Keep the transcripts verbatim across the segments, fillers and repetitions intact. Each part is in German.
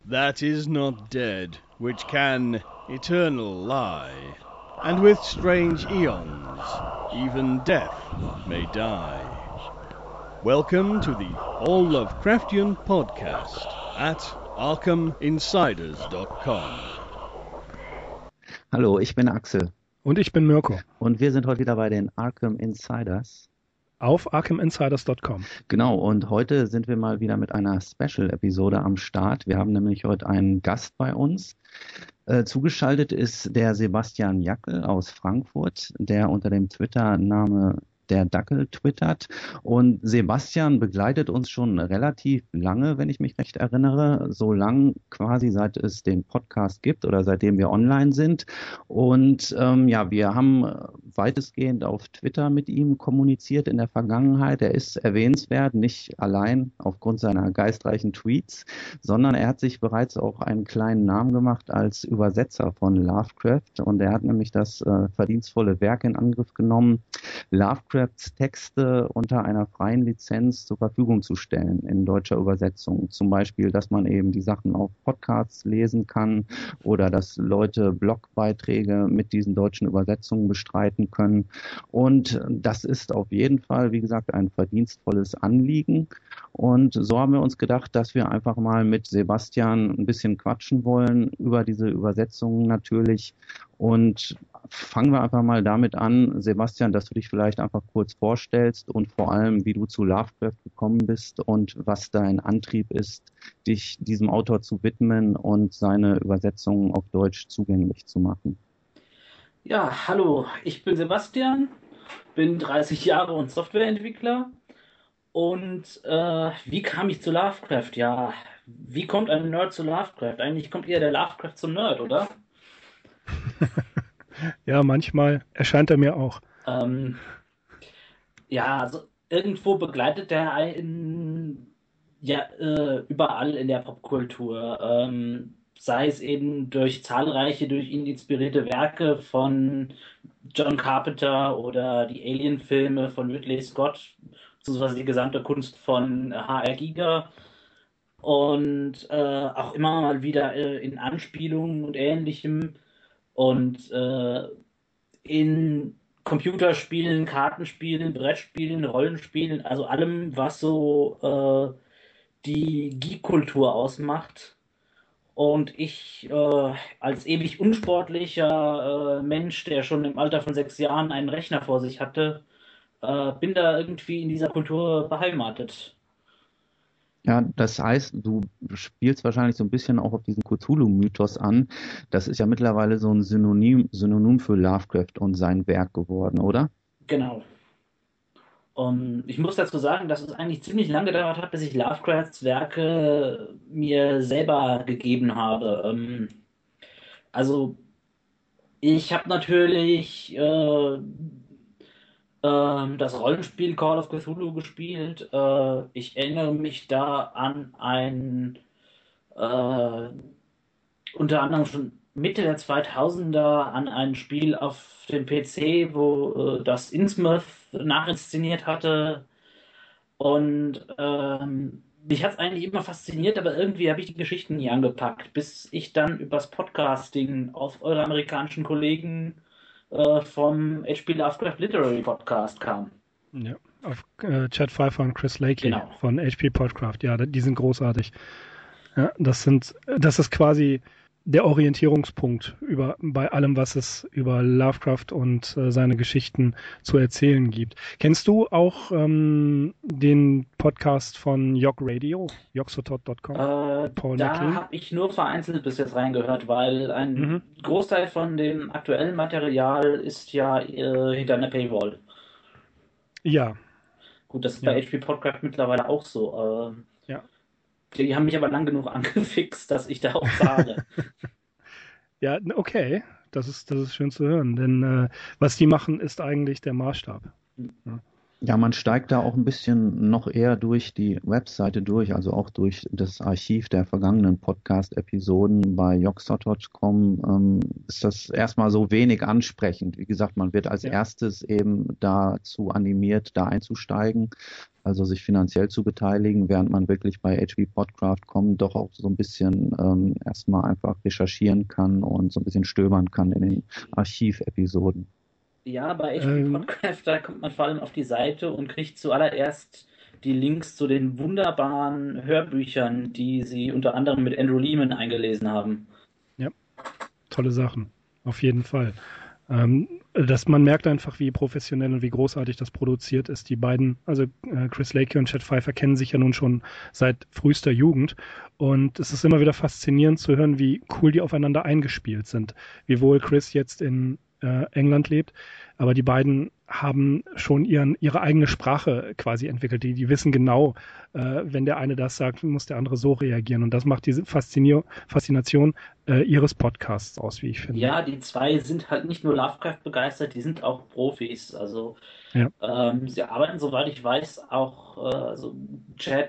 that is not dead, which can eternal lie, and with strange aeons even death may die. Welcome to the All Lovecraftian Podcast at arkham insiders dot com. Hallo, ich bin Axel. Und ich bin Mirko. Und wir sind heute wieder bei den Arkham Insiders. Auf arkham insiders dot com. Genau, und heute sind wir mal wieder mit einer Special-Episode am Start. Wir haben nämlich heute einen Gast bei uns. Äh, zugeschaltet ist der Sebastian Jackel aus Frankfurt, der unter dem Twitter-Name der Dackel twittert. Und Sebastian begleitet uns schon relativ lange, wenn ich mich recht erinnere, so lang quasi seit es den Podcast gibt oder seitdem wir online sind. Und ähm, ja, wir haben weitestgehend auf Twitter mit ihm kommuniziert in der Vergangenheit. Er ist erwähnenswert, nicht allein aufgrund seiner geistreichen Tweets, sondern er hat sich bereits auch einen kleinen Namen gemacht als Übersetzer von Lovecraft. Und er hat nämlich das äh, verdienstvolle Werk in Angriff genommen, Lovecrafts Texte unter einer freien Lizenz zur Verfügung zu stellen in deutscher Übersetzung. Zum Beispiel, dass man eben die Sachen auf Podcasts lesen kann oder dass Leute Blogbeiträge mit diesen deutschen Übersetzungen bestreiten können. Und das ist auf jeden Fall, wie gesagt, ein verdienstvolles Anliegen. Und so haben wir uns gedacht, dass wir einfach mal mit Sebastian ein bisschen quatschen wollen über diese Übersetzungen natürlich. Und fangen wir einfach mal damit an, Sebastian, dass du dich vielleicht einfach kurz vorstellst und vor allem, wie du zu Lovecraft gekommen bist und was dein Antrieb ist, dich diesem Autor zu widmen und seine Übersetzungen auf Deutsch zugänglich zu machen. Ja, hallo, ich bin Sebastian, bin dreißig Jahre und Softwareentwickler. Und äh, wie kam ich zu Lovecraft? Ja, wie kommt ein Nerd zu Lovecraft? Eigentlich kommt eher der Lovecraft zum Nerd, oder? Ja, manchmal erscheint er mir auch. Ähm, ja, also irgendwo begleitet er einen ja, äh, überall in der Popkultur. Ähm, sei es eben durch zahlreiche, durch ihn inspirierte Werke von John Carpenter oder die Alien-Filme von Ridley Scott, beziehungsweise die gesamte Kunst von H R. Giger. Und äh, auch immer mal wieder äh, in Anspielungen und Ähnlichem. Und äh, in Computerspielen, Kartenspielen, Brettspielen, Rollenspielen, also allem, was so äh, die Geek-Kultur ausmacht. Und ich äh, als ewig unsportlicher äh, Mensch, der schon im Alter von sechs Jahren einen Rechner vor sich hatte, äh, bin da irgendwie in dieser Kultur beheimatet. Ja, das heißt, du spielst wahrscheinlich so ein bisschen auch auf diesen Cthulhu-Mythos an. Das ist ja mittlerweile so ein Synonym, Synonym für Lovecraft und sein Werk geworden, oder? Genau. Und ich muss dazu sagen, dass es eigentlich ziemlich lange gedauert hat, bis ich Lovecrafts Werke mir selber gegeben habe. Ähm, also ich habe natürlich äh, das Rollenspiel Call of Cthulhu gespielt. Äh, ich erinnere mich da an ein äh, unter anderem schon Mitte der zweitausender an ein Spiel auf dem P C, wo äh, das Innsmouth nachinszeniert hatte. Und ähm, mich hat es eigentlich immer fasziniert, aber irgendwie habe ich die Geschichten nie angepackt, bis ich dann übers Podcasting auf eure amerikanischen Kollegen vom H P Lovecraft Literary Podcast kam. Ja, auf äh, Chad Pfeiffer und Chris Lakey genau. Von H P Podcraft. Ja, die sind großartig. Ja, das sind, das ist quasi der Orientierungspunkt über, bei allem, was es über Lovecraft und äh, seine Geschichten zu erzählen gibt. Kennst du auch ähm, den Podcast von Yog Radio, yogsotot dot com? Äh, da habe ich nur vereinzelt bis jetzt reingehört, weil ein mhm. Großteil von dem aktuellen Material ist ja äh, hinter einer Paywall. Ja. Gut, das ist ja. bei H P Podcast mittlerweile auch so. Äh, ja. Die haben mich aber lang genug angefixt, dass ich da auch zahle. Ja, okay. Das ist, das ist schön zu hören. Denn äh, was die machen, ist eigentlich der Maßstab. Ja. Ja, man steigt da auch ein bisschen noch eher durch die Webseite durch, also auch durch das Archiv der vergangenen Podcast-Episoden bei yoxot Punkt com. Ähm, ist das erstmal so wenig ansprechend. Wie gesagt, man wird als Ja. erstes eben dazu animiert, da einzusteigen, also sich finanziell zu beteiligen, während man wirklich bei H V Podcraft Punkt com doch auch so ein bisschen ähm, erstmal einfach recherchieren kann und so ein bisschen stöbern kann in den Archivepisoden. Ja, bei H P Ähm, Podcraft, da kommt man vor allem auf die Seite und kriegt zuallererst die Links zu den wunderbaren Hörbüchern, die sie unter anderem mit Andrew Lehman eingelesen haben. ja, tolle Sachen. Auf jeden Fall. Ähm, dass man merkt einfach, wie professionell und wie großartig das produziert ist. Die beiden, also äh, Chris Lakey und Chad Pfeiffer, kennen sich ja nun schon seit frühester Jugend. Und es ist immer wieder faszinierend zu hören, wie cool die aufeinander eingespielt sind. Wiewohl Chris jetzt in äh, England lebt, aber die beiden haben schon ihren, ihre eigene Sprache quasi entwickelt. Die, die wissen genau, äh, wenn der eine das sagt, muss der andere so reagieren. Und das macht diese Faszinier Faszination äh, ihres Podcasts aus, wie ich finde. Ja, die zwei sind halt nicht nur Lovecraft begeistert, die sind auch Profis. Also Ja. ähm, sie arbeiten, soweit ich weiß, auch äh, also Chad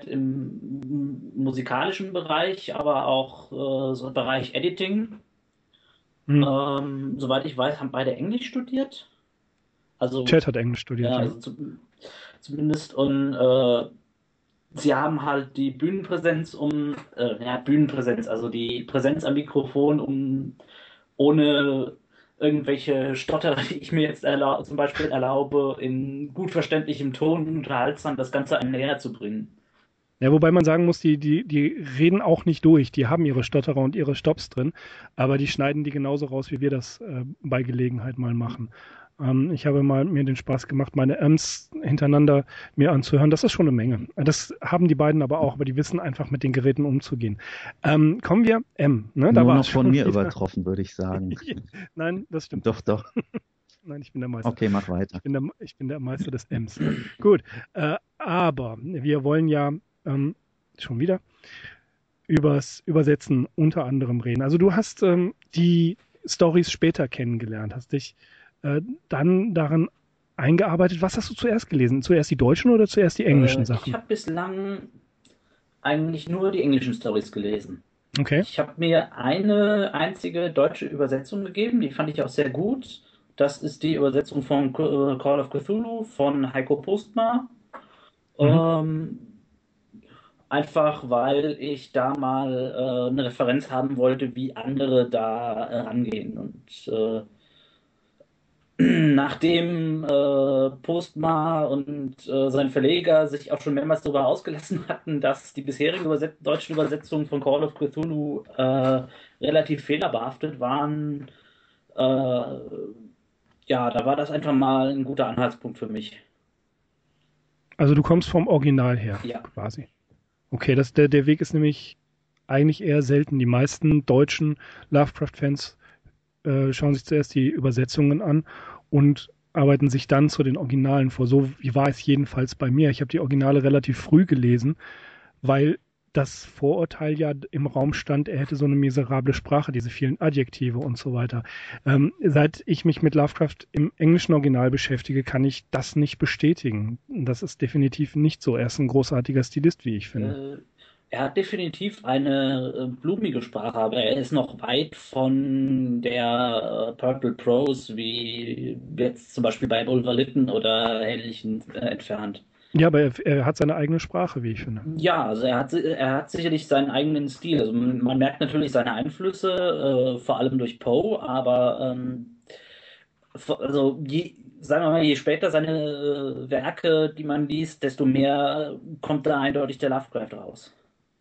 im musikalischen Bereich, aber auch äh, so im Bereich Editing. Hm. Ähm, soweit ich weiß, haben beide Englisch studiert. Also Chad hat Englisch studiert, ja, ja. also zum, zumindest und äh, sie haben halt die Bühnenpräsenz um, äh, ja, Bühnenpräsenz, also die Präsenz am Mikrofon, um ohne irgendwelche Stotter, die ich mir jetzt erlau zum Beispiel erlaube, in gut verständlichem Ton und unterhaltsam das Ganze einem näher zu bringen. Ja, wobei man sagen muss, die, die, die reden auch nicht durch. Die haben ihre Stotterer und ihre Stops drin, aber die schneiden die genauso raus, wie wir das äh, bei Gelegenheit mal machen. Ähm, ich habe mal mir den Spaß gemacht, meine Ms hintereinander mir anzuhören. Das ist schon eine Menge. Das haben die beiden aber auch, aber die wissen einfach mit den Geräten umzugehen. Ähm, kommen wir, M, ne? Da Nur war noch es schon von mir wieder. übertroffen, würde ich sagen. Nein, das stimmt. Doch, doch. Nein, ich bin der Meister. Okay, mach weiter. Ich bin der, ich bin der Meister des Ms. Gut, äh, aber wir wollen ja ähm, schon wieder übers Übersetzen unter anderem reden. Also du hast ähm, die Storys später kennengelernt, hast dich äh, dann daran eingearbeitet. Was hast du zuerst gelesen? Zuerst die deutschen oder zuerst die englischen Äh, Sachen? ich habe bislang eigentlich nur die englischen Stories gelesen. Okay. Ich habe mir eine einzige deutsche Übersetzung gegeben, die fand ich auch sehr gut. Das ist die Übersetzung von Call of Cthulhu von Heiko Postma. Mhm. Ähm, einfach weil ich da mal äh, eine Referenz haben wollte, wie andere da äh, rangehen. Und äh, nachdem äh, Postma und äh, sein Verleger sich auch schon mehrmals darüber ausgelassen hatten, dass die bisherigen Überset deutschen Übersetzungen von Call of Cthulhu äh, relativ fehlerbehaftet waren, äh, ja, da war das einfach mal ein guter Anhaltspunkt für mich. Also du kommst vom Original her, Ja. quasi. Okay, das, der, der Weg ist nämlich eigentlich eher selten. Die meisten deutschen Lovecraft-Fans äh, schauen sich zuerst die Übersetzungen an und arbeiten sich dann zu den Originalen vor. So war es jedenfalls bei mir. Ich habe die Originale relativ früh gelesen, weil das Vorurteil ja im Raum stand, er hätte so eine miserable Sprache, diese vielen Adjektive und so weiter. Ähm, seit ich mich mit Lovecraft im englischen Original beschäftige, kann ich das nicht bestätigen. Das ist definitiv nicht so. Er ist ein großartiger Stilist, wie ich finde. Äh, er hat definitiv eine äh, blumige Sprache, aber er ist noch weit von der äh, Purple Prose, wie jetzt zum Beispiel bei Bulwer Lytton oder ähnlichen äh, entfernt. Ja, aber er, er hat seine eigene Sprache, wie ich finde. Ja, also er hat, si- er hat sicherlich seinen eigenen Stil. Also man, man merkt natürlich seine Einflüsse, äh, vor allem durch Poe, aber ähm, vor- also je, sagen wir mal, je später seine äh, Werke, die man liest, desto mehr kommt da eindeutig der Lovecraft raus.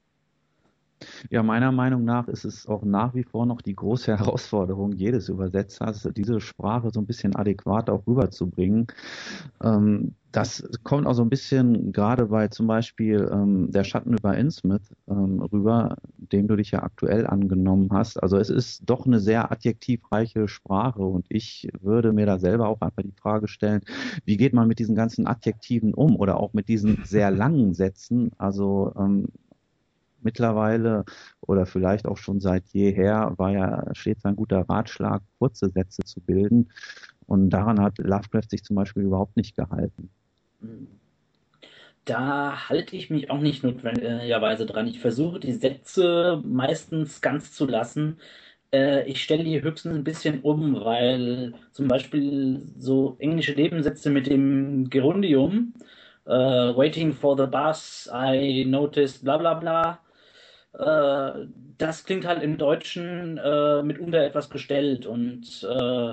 Ja, meiner Meinung nach ist es auch nach wie vor noch die große Herausforderung jedes Übersetzers, diese Sprache so ein bisschen adäquat auch rüberzubringen. Ähm, das kommt auch so ein bisschen gerade bei zum Beispiel ähm, der Schatten über Innsmouth ähm, rüber, dem du dich ja aktuell angenommen hast. Also es ist doch eine sehr adjektivreiche Sprache und ich würde mir da selber auch einfach die Frage stellen, wie geht man mit diesen ganzen Adjektiven um oder auch mit diesen sehr langen Sätzen? Also ähm, mittlerweile oder vielleicht auch schon seit jeher war ja stets ein guter Ratschlag, kurze Sätze zu bilden. Und daran hat Lovecraft sich zum Beispiel überhaupt nicht gehalten. Da halte ich mich auch nicht notwendigerweise dran. Ich versuche die Sätze meistens ganz zu lassen. Äh, ich stelle die höchstens ein bisschen um, weil zum Beispiel so englische Nebensätze mit dem Gerundium, äh, waiting for the bus, I noticed, bla bla bla, äh, das klingt halt im Deutschen äh, mitunter etwas gestellt und äh,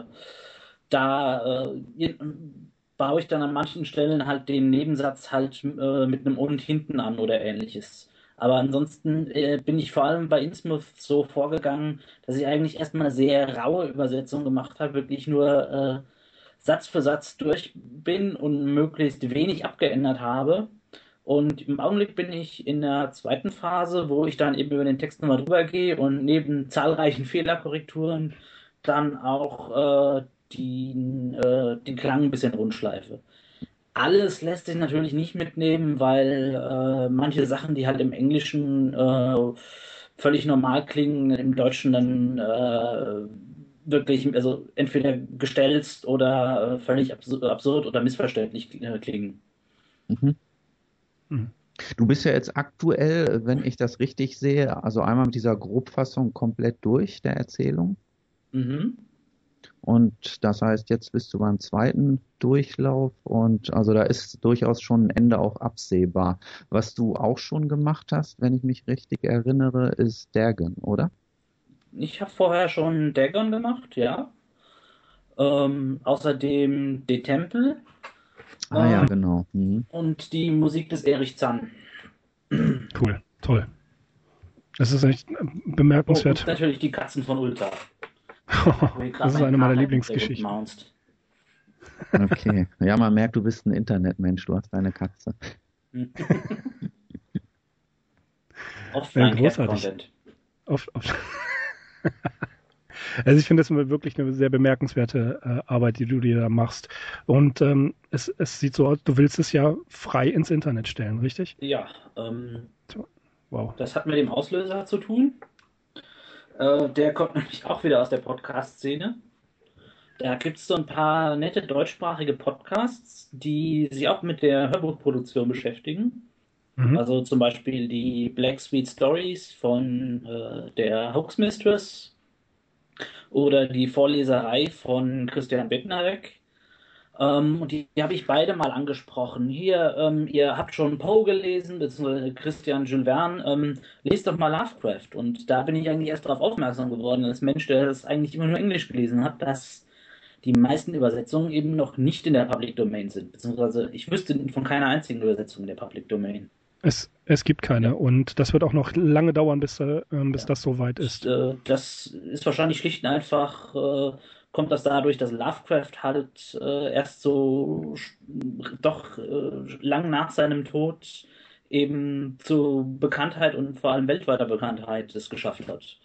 da äh, je- baue ich dann an manchen Stellen halt den Nebensatz halt äh, mit einem und hinten an oder ähnliches. Aber ansonsten äh, bin ich vor allem bei Innsmouth so vorgegangen, dass ich eigentlich erstmal eine sehr raue Übersetzung gemacht habe, wirklich nur äh, Satz für Satz durch bin und möglichst wenig abgeändert habe. Und im Augenblick bin ich in der zweiten Phase, wo ich dann eben über den Text nochmal drüber gehe und neben zahlreichen Fehlerkorrekturen dann auch äh, den, äh, den Klang ein bisschen rundschleife. Alles lässt sich natürlich nicht mitnehmen, weil äh, manche Sachen, die halt im Englischen äh, völlig normal klingen, im Deutschen dann äh, wirklich, also entweder gestelzt oder äh, völlig absur absurd oder missverständlich äh, klingen. Mhm. Mhm. Du bist ja jetzt aktuell, wenn ich das richtig sehe, also einmal mit dieser Grobfassung komplett durch der Erzählung. Mhm. Und das heißt, jetzt bist du beim zweiten Durchlauf und also da ist durchaus schon ein Ende auch absehbar. Was du auch schon gemacht hast, wenn ich mich richtig erinnere, ist Dagon, oder? Ich habe vorher schon Dagon gemacht, ja. Ähm, außerdem Die Tempel Ah ja, ähm, genau. Mhm. und die Musik des Erich Zann. Cool, toll. Das ist echt äh, Oh, und bemerkenswert. natürlich die Katzen von Ulta, wo hier gerade Das ist mein eine meiner Kater Lieblingsgeschichten. maunzt. Okay. Ja, man merkt, du bist ein Internetmensch, du hast deine Katze. Ja, Offline Cat großartig. Content. Auf, auf. Also ich finde das wirklich eine sehr bemerkenswerte äh, Arbeit, die du dir da machst. Und ähm, es, es sieht so aus, du willst es ja frei ins Internet stellen, richtig? Ja, ähm, Wow. das hat mit dem Auslöser zu tun. Äh, der kommt nämlich auch wieder aus der Podcast-Szene. Da gibt es so ein paar nette deutschsprachige Podcasts, die sich auch mit der Hörbuchproduktion beschäftigen. Mhm. Also zum Beispiel die Black Sweet Stories von äh, der Hoax Mistress oder die Vorleserei von Christian Bednarek. Ähm, und die, die habe ich beide mal angesprochen. Hier, ähm, ihr habt schon Poe gelesen, beziehungsweise Christian Jules Verne, ähm, lest doch mal Lovecraft. Und da bin ich eigentlich erst darauf aufmerksam geworden, als Mensch, der das eigentlich immer nur Englisch gelesen hat, dass die meisten Übersetzungen eben noch nicht in der Public Domain sind. Beziehungsweise ich wüsste von keiner einzigen Übersetzung in der Public Domain. Es, es gibt keine Ja. und das wird auch noch lange dauern, bis, äh, bis Ja. das soweit ist. Äh, Das ist wahrscheinlich schlicht und einfach, äh, kommt das dadurch, dass Lovecraft halt äh, erst so sch- doch äh, lang nach seinem Tod eben zu Bekanntheit und vor allem weltweiter Bekanntheit es geschafft hat.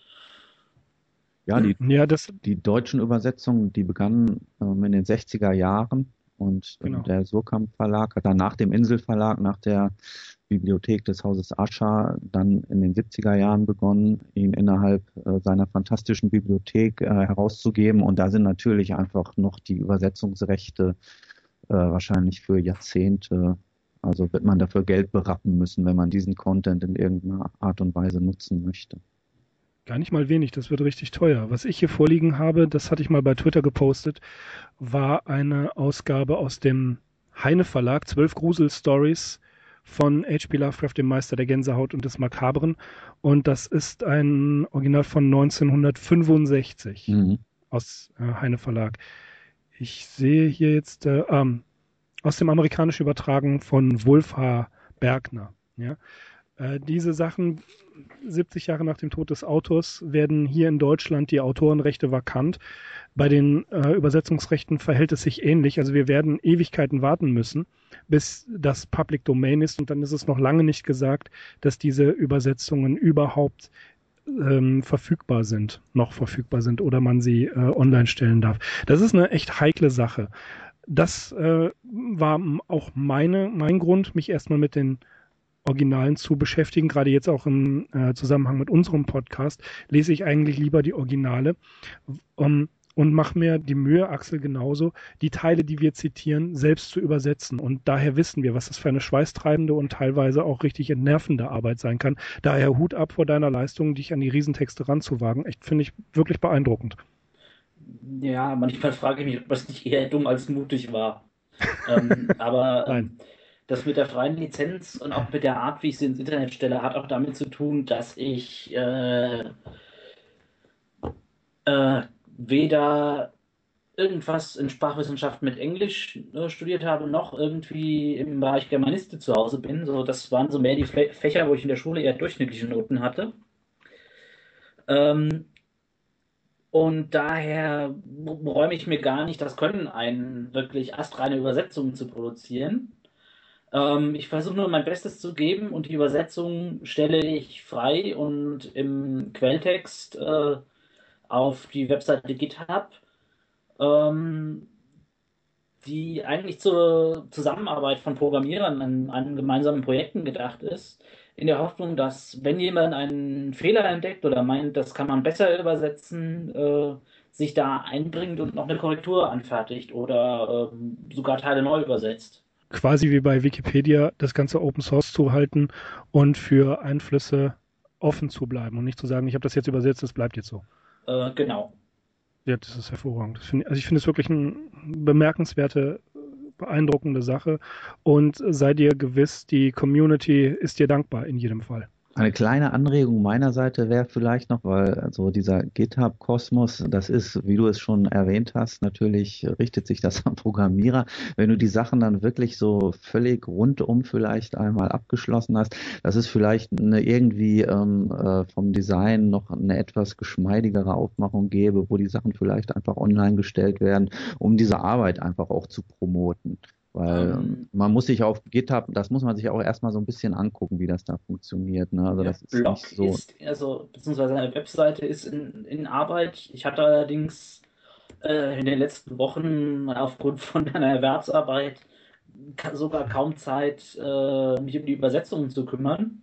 Ja, die, Ja, das, die deutschen Übersetzungen, die begannen ähm, in den sechziger Jahren und ähm, Genau. der Surkamp Verlag hat dann nach dem Insel Verlag, nach der Bibliothek des Hauses Ascher dann in den siebziger Jahren begonnen, ihn innerhalb äh, seiner fantastischen Bibliothek äh, herauszugeben. Und da sind natürlich einfach noch die Übersetzungsrechte äh, wahrscheinlich für Jahrzehnte. Also wird man dafür Geld berappen müssen, wenn man diesen Content in irgendeiner Art und Weise nutzen möchte. gar nicht mal wenig, das wird richtig teuer. Was ich hier vorliegen habe, das hatte ich mal bei Twitter gepostet, war eine Ausgabe aus dem Heine Verlag, zwölf Grusel-Stories von H P Lovecraft, dem Meister der Gänsehaut und des Makabren. Und das ist ein Original von neunzehnhundertfünfundsechzig Mhm. aus äh, Heine Verlag. Ich sehe hier jetzt äh, ähm, aus dem amerikanischen Übertragen von Wolfhard Bergner. Ja? Äh, diese Sachen, siebzig Jahre nach dem Tod des Autors, werden hier in Deutschland die Autorenrechte vakant. Bei den äh, Übersetzungsrechten verhält es sich ähnlich. Also wir werden Ewigkeiten warten müssen, bis das Public Domain ist. Und dann ist es noch lange nicht gesagt, dass diese Übersetzungen überhaupt ähm, verfügbar sind, noch verfügbar sind oder man sie äh, online stellen darf. Das ist eine echt heikle Sache. Das äh, war auch meine, mein Grund, mich erstmal mit den Originalen zu beschäftigen. Gerade jetzt auch im äh, Zusammenhang mit unserem Podcast lese ich eigentlich lieber die Originale. Um, und mache mir die Mühe, Axel genauso, die Teile, die wir zitieren, selbst zu übersetzen. Und daher wissen wir, was das für eine schweißtreibende und teilweise auch richtig entnervende Arbeit sein kann. Daher Hut ab vor deiner Leistung, dich an die Riesentexte ranzuwagen. Echt, finde ich wirklich beeindruckend. Ja, manchmal frage ich mich, ob das nicht eher dumm als mutig war. ähm, aber ähm, das mit der freien Lizenz und auch mit der Art, wie ich sie ins Internet stelle, hat auch damit zu tun, dass ich äh, äh, weder irgendwas in Sprachwissenschaft mit Englisch äh, studiert habe, noch irgendwie im Bereich Germanistik zu Hause bin. So, das waren so mehr die Fä- Fächer, wo ich in der Schule eher durchschnittliche Noten hatte. Ähm, und daher räume ich mir gar nicht das Können ein, wirklich astreine Übersetzungen zu produzieren. Ähm, ich versuche nur mein Bestes zu geben und die Übersetzung stelle ich frei und im Quelltext äh, auf die Webseite GitHub, ähm, die eigentlich zur Zusammenarbeit von Programmierern an, an gemeinsamen Projekten gedacht ist, in der Hoffnung, dass wenn jemand einen Fehler entdeckt oder meint, das kann man besser übersetzen, äh, sich da einbringt und noch eine Korrektur anfertigt oder ähm, sogar Teile neu übersetzt. Quasi wie bei Wikipedia das ganze Open Source zu halten und für Einflüsse offen zu bleiben und nicht zu sagen, ich habe das jetzt übersetzt, es bleibt jetzt so. Äh, genau. Ja, das ist hervorragend. Das find, also ich finde es wirklich eine bemerkenswerte, beeindruckende Sache und sei dir gewiss, die Community ist dir dankbar in jedem Fall. Eine kleine Anregung meiner Seite wäre vielleicht noch, weil also dieser GitHub-Kosmos, das ist, wie du es schon erwähnt hast, natürlich richtet sich das am Programmierer. Wenn du die Sachen dann wirklich so völlig rundum vielleicht einmal abgeschlossen hast, das ist vielleicht eine irgendwie ähm, äh, vom Design noch eine etwas geschmeidigere Aufmachung gäbe, wo die Sachen vielleicht einfach online gestellt werden, um diese Arbeit einfach auch zu promoten. Weil Ähm, man muss sich auf GitHub, das muss man sich auch erstmal so ein bisschen angucken, wie das da funktioniert. Ne? Also Ja, das ist Blog nicht so. ist, also, beziehungsweise eine Webseite ist in, in Arbeit. Ich hatte allerdings äh, in den letzten Wochen aufgrund von meiner Erwerbsarbeit ka- sogar kaum Zeit, äh, mich um die Übersetzungen zu kümmern.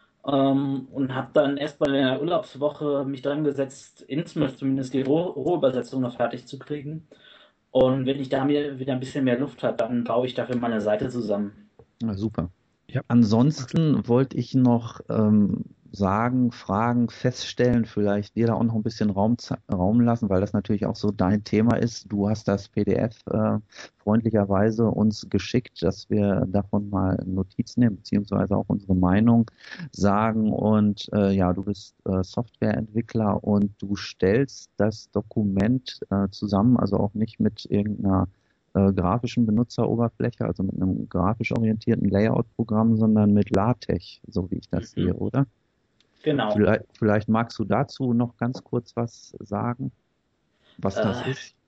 Ähm, und habe dann erst mal in der Urlaubswoche mich dran gesetzt, Innsmouth zumindest die Roh- Rohübersetzung noch fertig zu kriegen. Und wenn ich da mir wieder ein bisschen mehr Luft habe, dann baue ich dafür meine Seite zusammen. Na, super. Ja. Ansonsten wollte ich noch ähm, sagen, fragen, feststellen, vielleicht dir da auch noch ein bisschen Raum, ze- Raum lassen, weil das natürlich auch so dein Thema ist. Du hast das P D F äh, freundlicherweise uns geschickt, dass wir davon mal Notiz nehmen, beziehungsweise auch unsere Meinung sagen. Und äh, ja, du bist äh, Softwareentwickler und du stellst das Dokument äh, zusammen, also auch nicht mit irgendeiner äh, grafischen Benutzeroberfläche, also mit einem grafisch orientierten Layout-Programm, sondern mit LaTeX, so wie ich das Mhm. sehe, oder? Genau. Vielleicht, vielleicht magst du dazu noch ganz kurz was sagen, was das Äh, ist?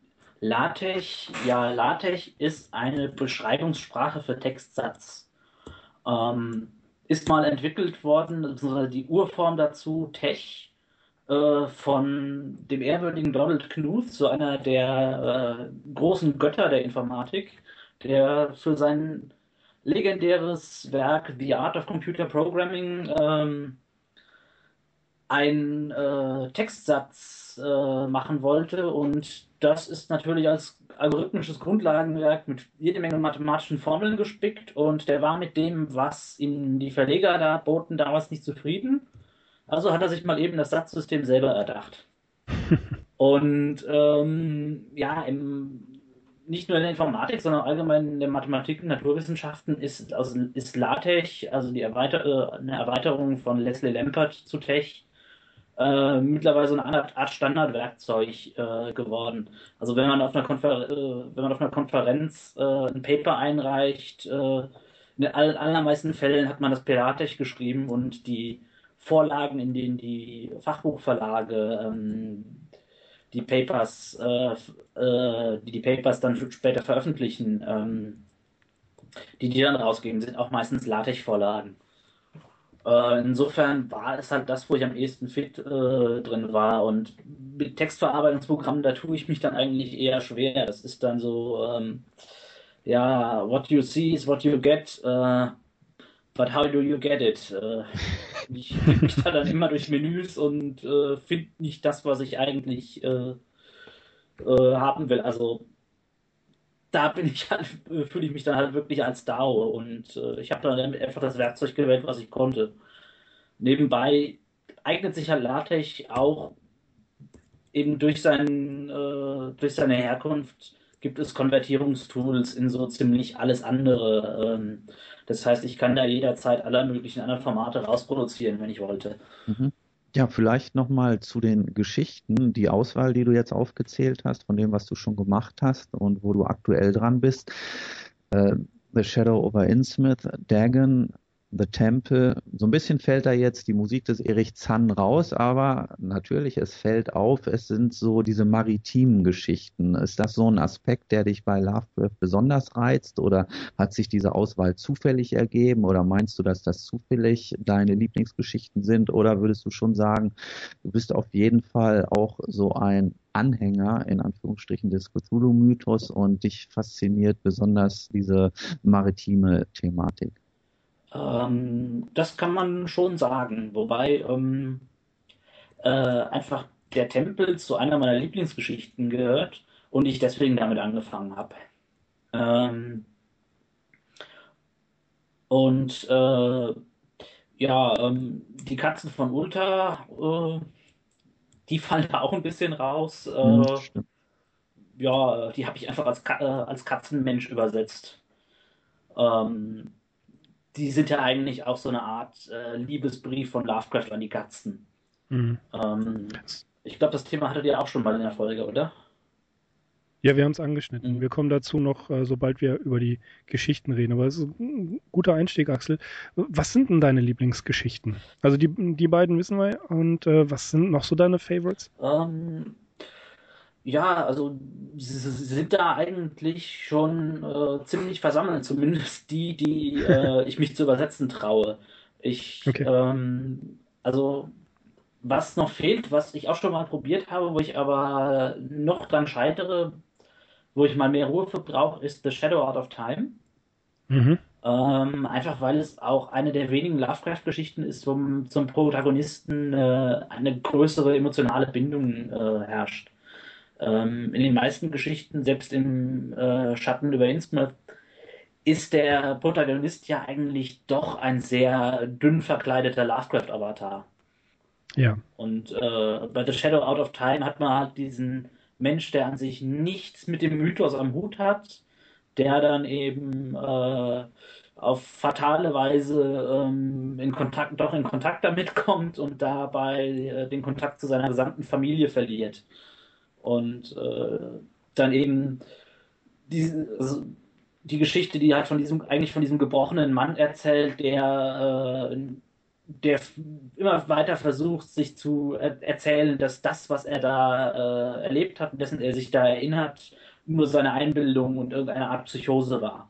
LaTeX, ja, LaTeX ist eine Beschreibungssprache für Textsatz. Ähm, ist mal entwickelt worden, beziehungsweise die Urform dazu, Tech, äh, von dem ehrwürdigen Donald Knuth, so einer der äh, großen Götter der Informatik, der für sein legendäres Werk The Art of Computer Programming ähm, einen äh, Textsatz äh, machen wollte. Und das ist natürlich als algorithmisches Grundlagenwerk mit jede Menge mathematischen Formeln gespickt. Und der war mit dem, was ihm die Verleger da boten, damals nicht zufrieden. Also hat er sich mal eben das Satzsystem selber erdacht. Und ähm, ja, im, nicht nur in der Informatik, sondern allgemein in der Mathematik und Naturwissenschaften ist, also ist LaTeX, also die Erweiter äh, eine Erweiterung von Leslie Lampert zu Tech, äh, mittlerweile so eine Art, Art Standardwerkzeug äh, geworden. Also wenn man auf einer, Konfer äh, wenn man auf einer Konferenz äh, ein Paper einreicht, äh, in den all allermeisten Fällen hat man das per LaTeX geschrieben und die Vorlagen, in denen die Fachbuchverlage ähm, die Papers, äh, äh, die die Papers dann später veröffentlichen, ähm, die die dann rausgeben, sind auch meistens LaTeX-Vorlagen. Äh, insofern war es halt das, wo ich am ehesten fit äh, drin war. Und mit Textverarbeitungsprogrammen, da tue ich mich dann eigentlich eher schwer. Das ist dann so, ähm, ja, what you see is what you get, äh, but how do you get it? Äh, ich klicke mich da dann immer durch Menüs und äh, finde nicht das, was ich eigentlich äh, äh, haben will. Also da bin ich halt, fühle ich mich dann halt wirklich als D A O und äh, ich habe dann einfach das Werkzeug gewählt, was ich konnte. Nebenbei eignet sich halt LaTeX auch eben durch, sein, äh, durch seine Herkunft gibt es Konvertierungstools in so ziemlich alles andere. Ähm, das heißt, ich kann da jederzeit alle möglichen anderen Formate rausproduzieren, wenn ich wollte. Mhm. Ja, vielleicht nochmal zu den Geschichten, die Auswahl, die du jetzt aufgezählt hast, von dem, was du schon gemacht hast und wo du aktuell dran bist. Äh, The Shadow over Innsmouth, Dagon, The Temple. So ein bisschen fällt da jetzt die Musik des Erich Zann raus, aber natürlich, es fällt auf, es sind so diese maritimen Geschichten. Ist das so ein Aspekt, der dich bei Lovecraft besonders reizt, oder hat sich diese Auswahl zufällig ergeben, oder meinst du, dass das zufällig deine Lieblingsgeschichten sind, oder würdest du schon sagen, du bist auf jeden Fall auch so ein Anhänger, in Anführungsstrichen, des Cthulhu-Mythos und dich fasziniert besonders diese maritime Thematik? Ähm, das kann man schon sagen, wobei ähm, äh, einfach der Tempel zu einer meiner Lieblingsgeschichten gehört und ich deswegen damit angefangen habe. Ähm, und äh, ja, ähm, die Katzen von Ulta, äh, die fallen da auch ein bisschen raus. Hm, Äh, stimmt. ja, die habe ich einfach als, Ka äh, als Katzenmensch übersetzt. Ähm, die sind ja eigentlich auch so eine Art äh, Liebesbrief von Lovecraft an die Katzen. Mhm. Ähm, ich glaube, das Thema hattet ihr auch schon mal in der Folge, oder? Ja, wir haben es angeschnitten. Mhm. Wir kommen dazu noch, äh, sobald wir über die Geschichten reden. Aber es ist ein guter Einstieg, Axel. Was sind denn deine Lieblingsgeschichten? Also die, die beiden wissen wir. Und äh, was sind noch so deine Favorites? Ähm, ja, also sie sie sind da eigentlich schon äh, ziemlich versammelt, zumindest die, die äh, ich mich zu übersetzen traue. Ich, Okay. ähm, also was noch fehlt, was ich auch schon mal probiert habe, wo ich aber noch dran scheitere, wo ich mal mehr Ruhe für brauche, ist The Shadow Out of Time. Mhm. Ähm, einfach weil es auch eine der wenigen Lovecraft-Geschichten ist, wo zum Protagonisten äh, eine größere emotionale Bindung äh, herrscht. Ähm, in den meisten Geschichten, selbst im äh, Schatten über Innsmouth, ist der Protagonist ja eigentlich doch ein sehr dünn verkleideter Lovecraft-Avatar. Ja. Und äh, bei The Shadow Out of Time hat man halt diesen Mensch, der an sich nichts mit dem Mythos am Hut hat, der dann eben äh, auf fatale Weise ähm, in Kontakt, doch in Kontakt damit kommt und dabei äh, den Kontakt zu seiner gesamten Familie verliert. Und äh, dann eben diese, also die Geschichte, die halt von diesem, eigentlich von diesem gebrochenen Mann erzählt, der, äh, der immer weiter versucht, sich zu er erzählen, dass das, was er da äh, erlebt hat und dessen er sich da erinnert, nur seine Einbildung und irgendeine Art Psychose war.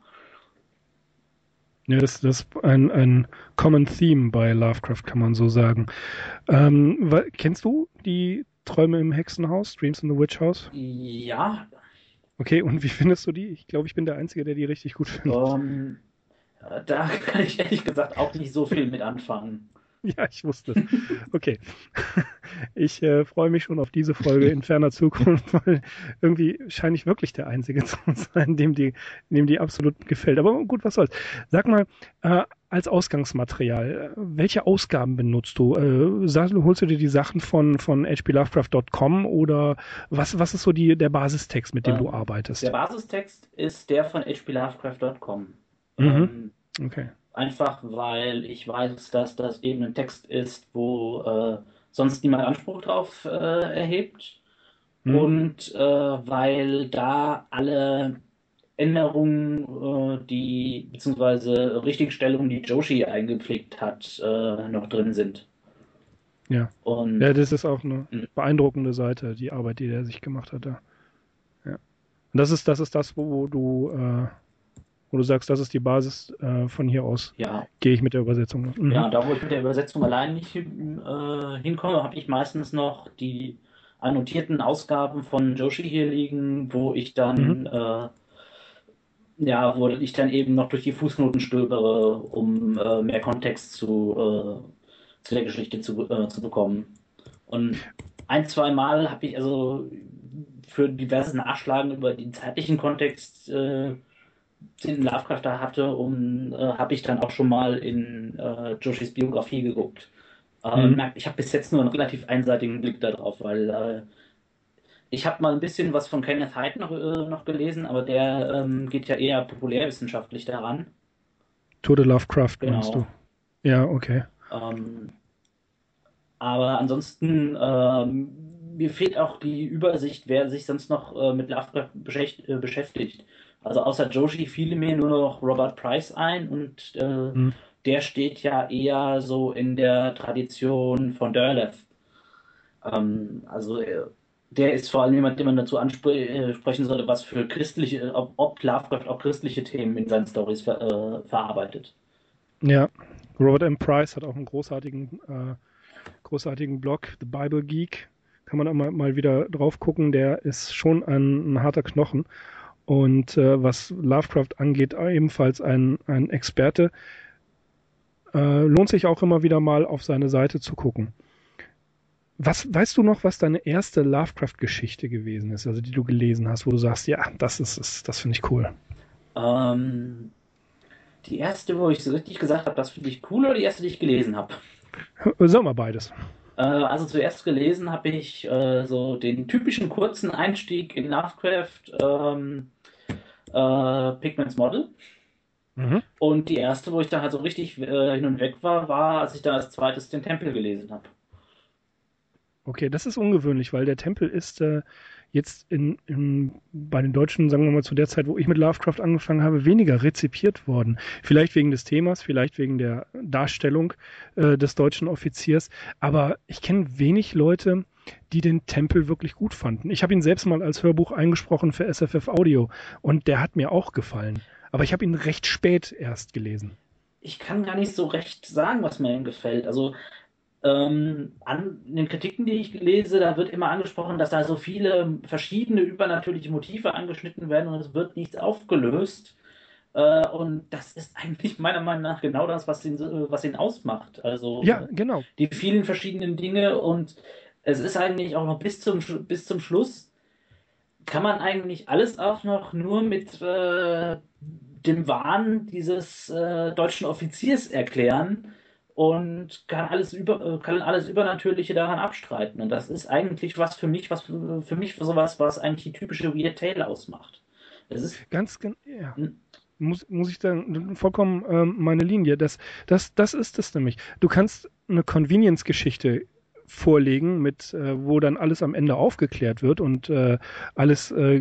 Ja, das, das ist ein, ein Common Theme bei Lovecraft, kann man so sagen. Ähm, wa- kennst du die Träume im Hexenhaus, Dreams in the Witch House? Ja, Okay, und wie findest du die? Ich glaube, ich bin der Einzige, der die richtig gut findet. ähm, da kann ich ehrlich gesagt auch nicht so viel mit anfangen. Ja, ich wusste es. Okay. Ich äh, freue mich schon auf diese Folge in ferner Zukunft, weil irgendwie scheine ich wirklich der Einzige zu sein, dem die, dem die absolut gefällt. Aber gut, was soll's. Sag mal, äh, als Ausgangsmaterial, äh, welche Ausgaben benutzt du? Äh, sag, holst du dir die Sachen von, von h p lovecraft punkt com oder was, was ist so die, der Basistext, mit dem du Ähm, der arbeitest? Basistext ist der von h p lovecraft punkt com. Mhm. Ähm, Okay. Einfach weil ich weiß, dass das eben ein Text ist, wo äh, sonst niemand Anspruch drauf äh, erhebt. Mhm. Und äh, weil da alle Änderungen, äh, die, beziehungsweise Richtigstellungen, die Joshi eingepflegt hat, äh, noch drin sind. Ja. Und Ja, das ist auch eine mh, beeindruckende Seite, die Arbeit, die der sich gemacht hat da. Ja. Und das ist, das ist das, wo, wo du, äh, wo du sagst, das ist die Basis, äh, von hier aus ja, gehe ich mit der Übersetzung. Mhm. ja, da wo ich mit der Übersetzung allein nicht hin, äh, hinkomme, habe ich meistens noch die annotierten Ausgaben von Joshi hier liegen, wo ich Mhm. dann äh, ja, wo ich dann eben noch durch die Fußnoten stöbere, um äh, mehr Kontext zu, äh, zu der Geschichte zu, äh, zu bekommen. Und ein, zwei Mal habe ich, also für diverses Nachschlagen über den zeitlichen Kontext, äh, den Lovecraft da hatte, um, äh, habe ich dann auch schon mal in äh, Joshis Biografie geguckt. Äh, Mhm. merkt, ich habe bis jetzt nur einen relativ einseitigen Blick darauf, weil äh, ich habe mal ein bisschen was von Kenneth Haidt noch, äh, noch gelesen, aber der ähm, geht ja eher populärwissenschaftlich daran. Tour de Lovecraft meinst du? Genau. Ja, okay. Ähm, aber ansonsten, ähm, mir fehlt auch die Übersicht, wer sich sonst noch äh, mit Lovecraft beschäft, äh, beschäftigt. Also außer Joshi fiel mir nur noch Robert Price ein und äh, Mhm. der steht ja eher so in der Tradition von Derleth. Ähm, also äh, der ist vor allem jemand, den man dazu ansprechen sollte, was für christliche, ob, ob Lovecraft auch christliche Themen in seinen Stories ver, äh, verarbeitet. Ja, Robert M. Price hat auch einen großartigen, äh, großartigen Blog, The Bible Geek. Kann man auch mal, mal wieder drauf gucken. Der ist schon ein, ein harter Knochen. Und äh, was Lovecraft angeht, ebenfalls ein, ein Experte. Äh, lohnt sich auch immer wieder mal auf seine Seite zu gucken. Was weißt du noch, was deine erste Lovecraft-Geschichte gewesen ist, also die du gelesen hast, wo du sagst, ja, das ist es, das finde ich cool. Ähm, die erste, wo ich so richtig gesagt habe, das finde ich cool, oder die erste, die ich gelesen habe? Sag mal beides. Äh, also zuerst gelesen habe ich äh, so den typischen kurzen Einstieg in Lovecraft, ähm, äh, Pigments Model. Mhm. Und die erste, wo ich dann halt so richtig äh, hin und weg war, war, als ich dann als zweites den Tempel gelesen habe. Okay, das ist ungewöhnlich, weil der Tempel ist äh, jetzt in, in, bei den Deutschen, sagen wir mal zu der Zeit, wo ich mit Lovecraft angefangen habe, weniger rezipiert worden. Vielleicht wegen des Themas, vielleicht wegen der Darstellung äh, des deutschen Offiziers. Aber ich kenne wenig Leute, die den Tempel wirklich gut fanden. Ich habe ihn selbst mal als Hörbuch eingesprochen für S F F Audio und der hat mir auch gefallen. Aber ich habe ihn recht spät erst gelesen. Ich kann gar nicht so recht sagen, was mir gefällt. Also ähm, an in den Kritiken, die ich lese, da wird immer angesprochen, dass da so viele verschiedene übernatürliche Motive angeschnitten werden und es wird nichts aufgelöst. Äh, und das ist eigentlich meiner Meinung nach genau das, was ihn, so- was ihn ausmacht. Also Ja, äh, genau. die vielen verschiedenen Dinge und es ist eigentlich auch noch bis zum, Sch- bis zum Schluss kann man eigentlich alles auch noch nur mit äh, dem Wahn dieses äh, deutschen Offiziers erklären und kann alles über, äh, kann alles Übernatürliche daran abstreiten. Und das ist eigentlich was für mich, was für, für mich sowas, was eigentlich die typische Weird Tale ausmacht. Es ist Ganz, gen- ja. hm, Muss, muss ich sagen, vollkommen ähm, meine Linie. Das, das, das ist es nämlich. Du kannst eine Convenience-Geschichte vorlegen, mit, äh, wo dann alles am Ende aufgeklärt wird und äh, alles äh,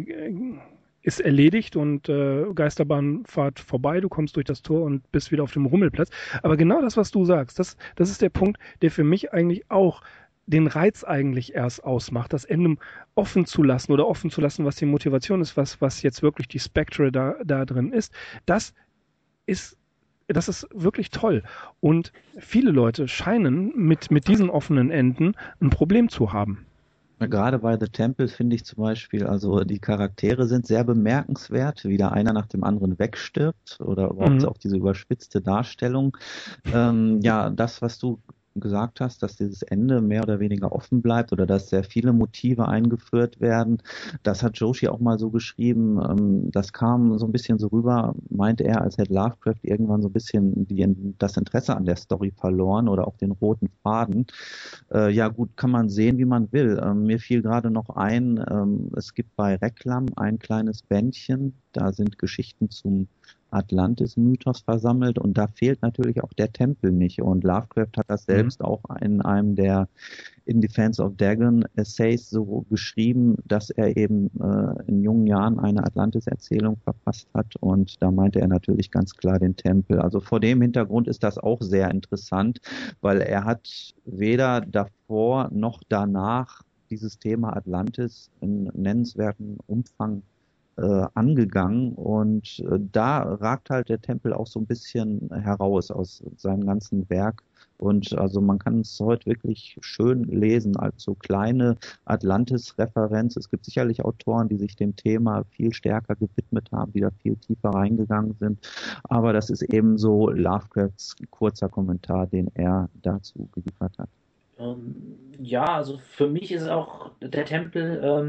ist erledigt und äh, Geisterbahnfahrt vorbei, du kommst durch das Tor und bist wieder auf dem Rummelplatz. Aber genau das, was du sagst, das, das ist der Punkt, der für mich eigentlich auch den Reiz eigentlich erst ausmacht, das Ende offen zu lassen oder offen zu lassen, was die Motivation ist, was, was jetzt wirklich die Spectre da, da drin ist, das ist, das ist wirklich toll. Und viele Leute scheinen mit, mit diesen offenen Enden ein Problem zu haben. Gerade bei The Temple finde ich zum Beispiel, also die Charaktere sind sehr bemerkenswert, wie da einer nach dem anderen wegstirbt oder überhaupt Mhm. auch diese überspitzte Darstellung. Ähm, ja, das, was du gesagt hast, dass dieses Ende mehr oder weniger offen bleibt oder dass sehr viele Motive eingeführt werden, das hat Joshi auch mal so geschrieben. Ähm, das kam so ein bisschen so rüber, meinte er, als hätte Lovecraft irgendwann so ein bisschen die, das Interesse an der Story verloren oder auch den roten Faden. Äh, ja gut, kann man sehen, wie man will. Ähm, mir fiel gerade noch ein, ähm, es gibt bei Reklam ein kleines Bändchen, da sind Geschichten zum Atlantis-Mythos versammelt und da fehlt natürlich auch der Tempel nicht. Und Lovecraft hat das selbst auch in einem der In Defense of Dagon Essays so geschrieben, dass er eben äh, in jungen Jahren eine Atlantis-Erzählung verfasst hat und da meinte er natürlich ganz klar den Tempel. Also vor dem Hintergrund ist das auch sehr interessant, weil er hat weder davor noch danach dieses Thema Atlantis in nennenswerten Umfang äh, angegangen und äh, da ragt halt der Tempel auch so ein bisschen heraus aus seinem ganzen Werk und also man kann es heute wirklich schön lesen als so kleine Atlantis-Referenz. Es gibt sicherlich Autoren, die sich dem Thema viel stärker gewidmet haben, die da viel tiefer reingegangen sind, aber das ist eben so Lovecrafts kurzer Kommentar, den er dazu geliefert hat. ähm, ja, also für mich ist auch der Tempel ähm,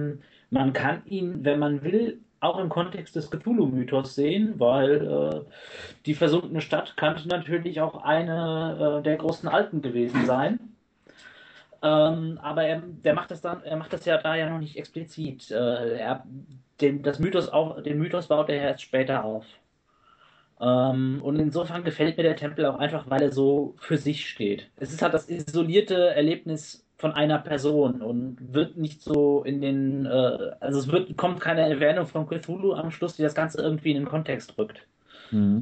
Man kann ihn, wenn man will, auch im Kontext des Cthulhu-Mythos sehen, weil äh, die versunkene Stadt könnte natürlich auch eine äh, der großen Alten gewesen sein. Ähm, aber er, der macht das dann, er macht das ja da ja noch nicht explizit. Äh, er, den, das Mythos auch, den Mythos baut er erst später auf. Ähm, und insofern gefällt mir der Tempel auch einfach, weil er so für sich steht. Es ist halt das isolierte Erlebnis von einer Person und wird nicht so in den, äh, also es wird, kommt keine Erwähnung von Cthulhu am Schluss, die das Ganze irgendwie in den Kontext rückt. Mhm.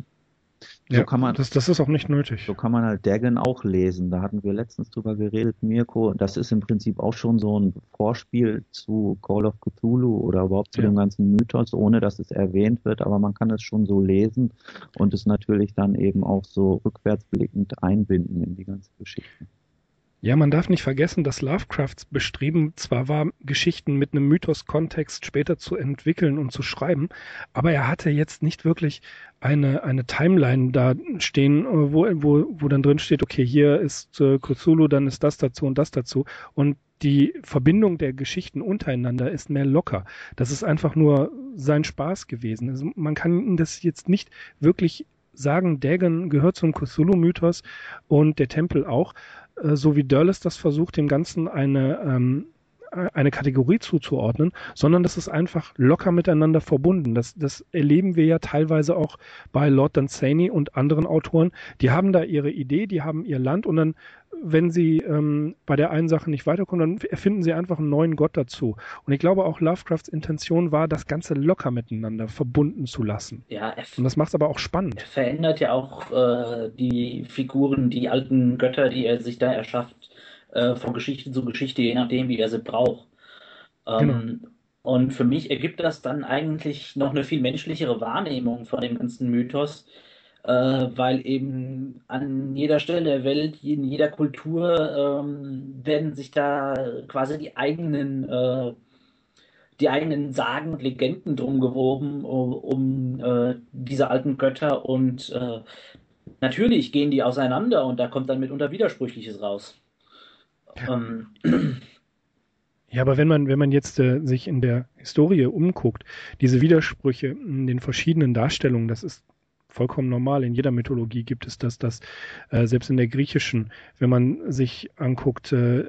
So Ja, kann man, das, das ist auch nicht nötig. so kann man halt Dagon auch lesen. Da hatten wir letztens drüber geredet, Mirko. Das ist im Prinzip auch schon so ein Vorspiel zu Call of Cthulhu oder überhaupt zu Ja. dem ganzen Mythos, ohne dass es erwähnt wird. Aber man kann es schon so lesen und es natürlich dann eben auch so rückwärtsblickend einbinden in die ganze Geschichte. Ja, man darf nicht vergessen, dass Lovecrafts Bestreben zwar war, Geschichten mit einem Mythos-Kontext später zu entwickeln und zu schreiben, aber er hatte jetzt nicht wirklich eine, eine Timeline da stehen, wo, wo, wo dann drin steht, okay, hier ist äh, Cthulhu, dann ist das dazu und das dazu. Und die Verbindung der Geschichten untereinander ist mehr locker. Das ist einfach nur sein Spaß gewesen. Also man kann das jetzt nicht wirklich sagen, Dagon gehört zum Cthulhu-Mythos und der Tempel auch, so wie Dörles das versucht, dem Ganzen eine, ähm, eine Kategorie zuzuordnen, sondern das ist einfach locker miteinander verbunden. Das, das erleben wir ja teilweise auch bei Lord Dunsany und anderen Autoren. Die haben da ihre Idee, die haben ihr Land und dann, wenn sie ähm, bei der einen Sache nicht weiterkommen, dann erfinden sie einfach einen neuen Gott dazu. Und ich glaube auch Lovecrafts Intention war, das Ganze locker miteinander verbunden zu lassen. Ja, er, Und das macht es aber auch spannend. er verändert ja auch äh, die Figuren, die alten Götter, die er sich da erschafft, äh, von Geschichte zu Geschichte, je nachdem, wie er sie braucht. Ähm, Genau. Und für mich ergibt das dann eigentlich noch eine viel menschlichere Wahrnehmung von dem ganzen Mythos, äh, weil eben an jeder Stelle der Welt, in jeder Kultur ähm, werden sich da quasi die eigenen, äh, die eigenen Sagen und Legenden drum gewoben, um, um äh, diese alten Götter und äh, natürlich gehen die auseinander und da kommt dann mitunter Widersprüchliches raus. Ähm, Ja, aber wenn man, wenn man jetzt äh, sich in der Historie umguckt, diese Widersprüche in den verschiedenen Darstellungen, das ist vollkommen normal. In jeder Mythologie gibt es das, dass äh, selbst in der griechischen, wenn man sich anguckt, äh,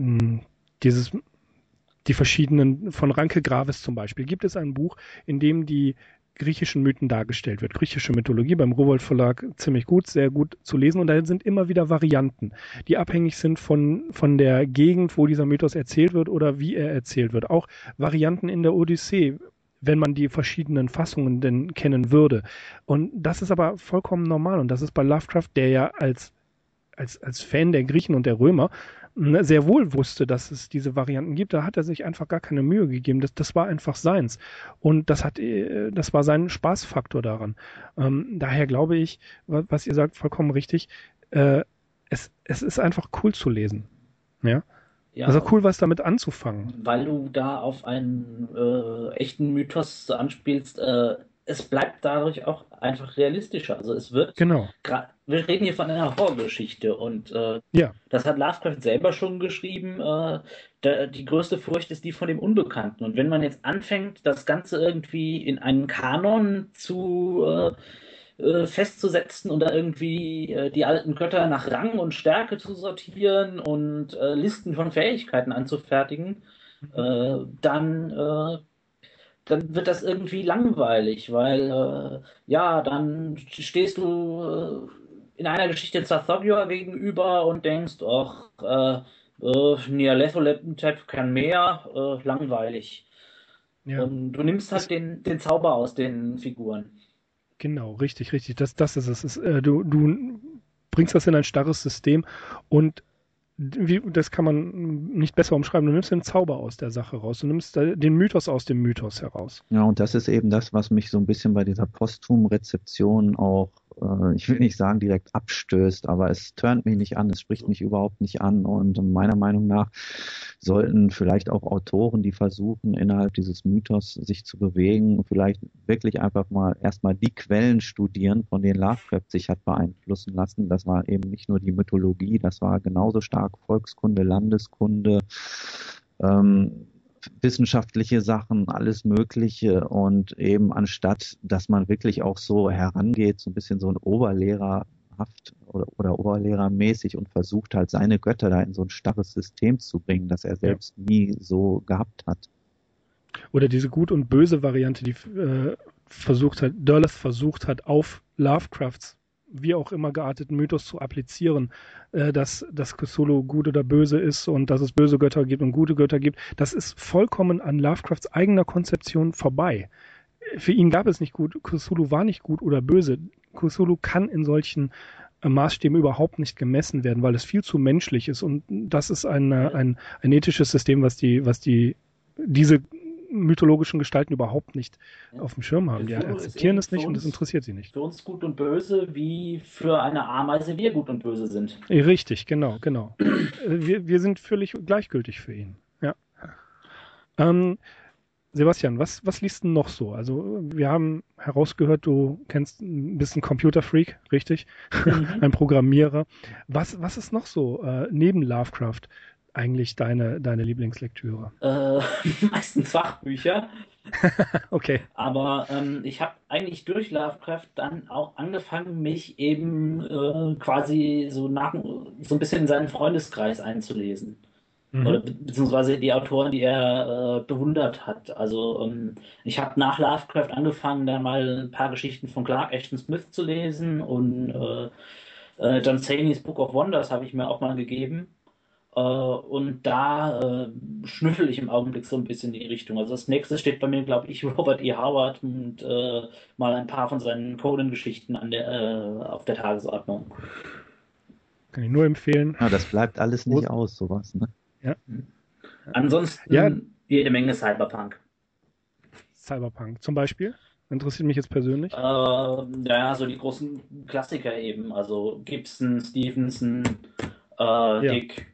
dieses, die verschiedenen, von Ranke Graves zum Beispiel, gibt es ein Buch, in dem die griechischen Mythen dargestellt wird. Griechische Mythologie beim Rowohlt Verlag ziemlich gut, sehr gut zu lesen und da sind immer wieder Varianten, die abhängig sind von, von der Gegend, wo dieser Mythos erzählt wird oder wie er erzählt wird. Auch Varianten in der Odyssee, wenn man die verschiedenen Fassungen denn kennen würde. Und das ist aber vollkommen normal und das ist bei Lovecraft, der ja als, als, als Fan der Griechen und der Römer sehr wohl wusste, dass es diese Varianten gibt, da hat er sich einfach gar keine Mühe gegeben. Das, das war einfach seins. Und das hat, das war sein Spaßfaktor daran. Ähm, daher glaube ich, was ihr sagt, vollkommen richtig. Äh, es, es ist einfach cool zu lesen. Ja. ja, Also cool, was damit anzufangen. weil du da auf einen äh, echten Mythos anspielst, äh, es bleibt dadurch auch einfach realistischer. Also es wird, Genau. gra- wir reden hier von einer Horrorgeschichte und äh, Ja. das hat Lovecraft selber schon geschrieben. Äh, der, die größte Furcht ist die von dem Unbekannten. Und wenn man jetzt anfängt, das Ganze irgendwie in einen Kanon zu äh, äh, festzusetzen und da irgendwie äh, die alten Götter nach Rang und Stärke zu sortieren und äh, Listen von Fähigkeiten anzufertigen, äh, dann äh, dann wird das irgendwie langweilig, weil äh, ja, dann stehst du äh, in einer Geschichte Zathogyor gegenüber und denkst, ach, äh, äh, Nyarlathotep kann mehr, äh, langweilig. Ja. Und du nimmst halt den, den Zauber aus den Figuren. Genau, richtig, richtig. Das, das ist es. es ist, äh, du, du bringst das in ein starres System und wie, das kann man nicht besser umschreiben. Du nimmst den Zauber aus der Sache raus. Du nimmst den Mythos aus dem Mythos heraus. Ja, und das ist eben das, was mich so ein bisschen bei dieser Posthum-Rezeption auch, äh, ich will nicht sagen direkt abstößt, aber es turnt mich nicht an, es spricht mich überhaupt nicht an. Und meiner Meinung nach sollten vielleicht auch Autoren, die versuchen, innerhalb dieses Mythos sich zu bewegen, vielleicht wirklich einfach mal erstmal die Quellen studieren, von denen Lovecraft sich hat beeinflussen lassen. Das war eben nicht nur die Mythologie, das war genauso stark Volkskunde, Landeskunde, ähm, wissenschaftliche Sachen, alles Mögliche und eben anstatt, dass man wirklich auch so herangeht, so ein bisschen so ein Oberlehrerhaft oder, oder Oberlehrermäßig und versucht halt seine Götter da in so ein starres System zu bringen, das er selbst ja. nie so gehabt hat. Oder diese Gut- und Böse-Variante, die äh, versucht hat, Derleth versucht hat, auf Lovecrafts wie auch immer gearteten Mythos zu applizieren, äh, dass, dass Cthulhu gut oder böse ist und dass es böse Götter gibt und gute Götter gibt. Das ist vollkommen an Lovecrafts eigener Konzeption vorbei. Für ihn gab es nicht gut, Cthulhu war nicht gut oder böse. Cthulhu kann in solchen äh, Maßstäben überhaupt nicht gemessen werden, weil es viel zu menschlich ist und das ist ein, ein, ein ethisches System, was die, was die, diese mythologischen Gestalten überhaupt nicht ja. auf dem Schirm haben. Die akzeptieren es nicht uns, und es interessiert sie nicht. Für uns gut und böse, wie für eine Ameise wir gut und böse sind. Richtig, genau, genau. wir, wir sind völlig gleichgültig für ihn. Ja. Ähm, Sebastian, was, was liest du noch so? Also wir haben herausgehört, du kennst ein bisschen Computerfreak, richtig? Mhm. Ein Programmierer. Was, was ist noch so äh, neben Lovecraft eigentlich deine, deine Lieblingslektüre? Äh, meistens Fachbücher. Okay. Aber ähm, ich habe eigentlich durch Lovecraft dann auch angefangen, mich eben äh, quasi so nach so ein bisschen in seinen Freundeskreis einzulesen. Mhm. Oder be beziehungsweise die Autoren, die er äh, bewundert hat. Also ähm, ich habe nach Lovecraft angefangen, dann mal ein paar Geschichten von Clark Ashton Smith zu lesen und äh, äh, John Saneys Book of Wonders habe ich mir auch mal gegeben. Uh, und da uh, schnüffel ich im Augenblick so ein bisschen in die Richtung. Also das nächste steht bei mir, glaube ich, Robert E. Howard und uh, mal ein paar von seinen Conan-Geschichten an der, uh, auf der Tagesordnung. Kann ich nur empfehlen. Ja, das bleibt alles nicht oh. aus, sowas, ne? Ja. Ansonsten ja. jede Menge Cyberpunk. Cyberpunk zum Beispiel? Interessiert mich jetzt persönlich. Uh, ja, so die großen Klassiker eben. Also Gibson, Stevenson, uh, ja. Dick.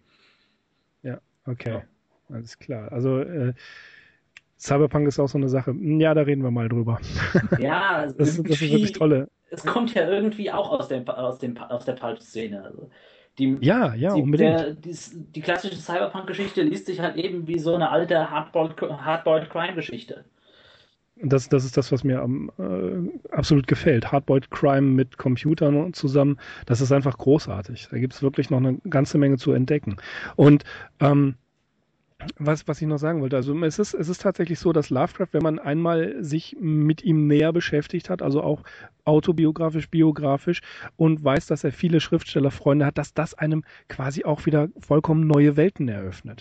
Okay, ja. Alles klar. Also äh, Cyberpunk ist auch so eine Sache. Ja, da reden wir mal drüber. Ja, also das, das ist wirklich tolle. Es kommt ja irgendwie auch aus, dem, aus, dem, aus der Pulp-Szene. Also die, ja, ja, die, unbedingt. Der, die, die klassische Cyberpunk-Geschichte liest sich halt eben wie so eine alte Hardboiled-Crime-Geschichte. Das, das ist das, was mir am, äh, absolut gefällt. Hardboiled Crime mit Computern zusammen, das ist einfach großartig. Da gibt es wirklich noch eine ganze Menge zu entdecken. Und ähm, was, was ich noch sagen wollte, also es ist, es ist tatsächlich so, dass Lovecraft, wenn man einmal sich mit ihm näher beschäftigt hat, also auch autobiografisch, biografisch und weiß, dass er viele Schriftstellerfreunde hat, dass das einem quasi auch wieder vollkommen neue Welten eröffnet.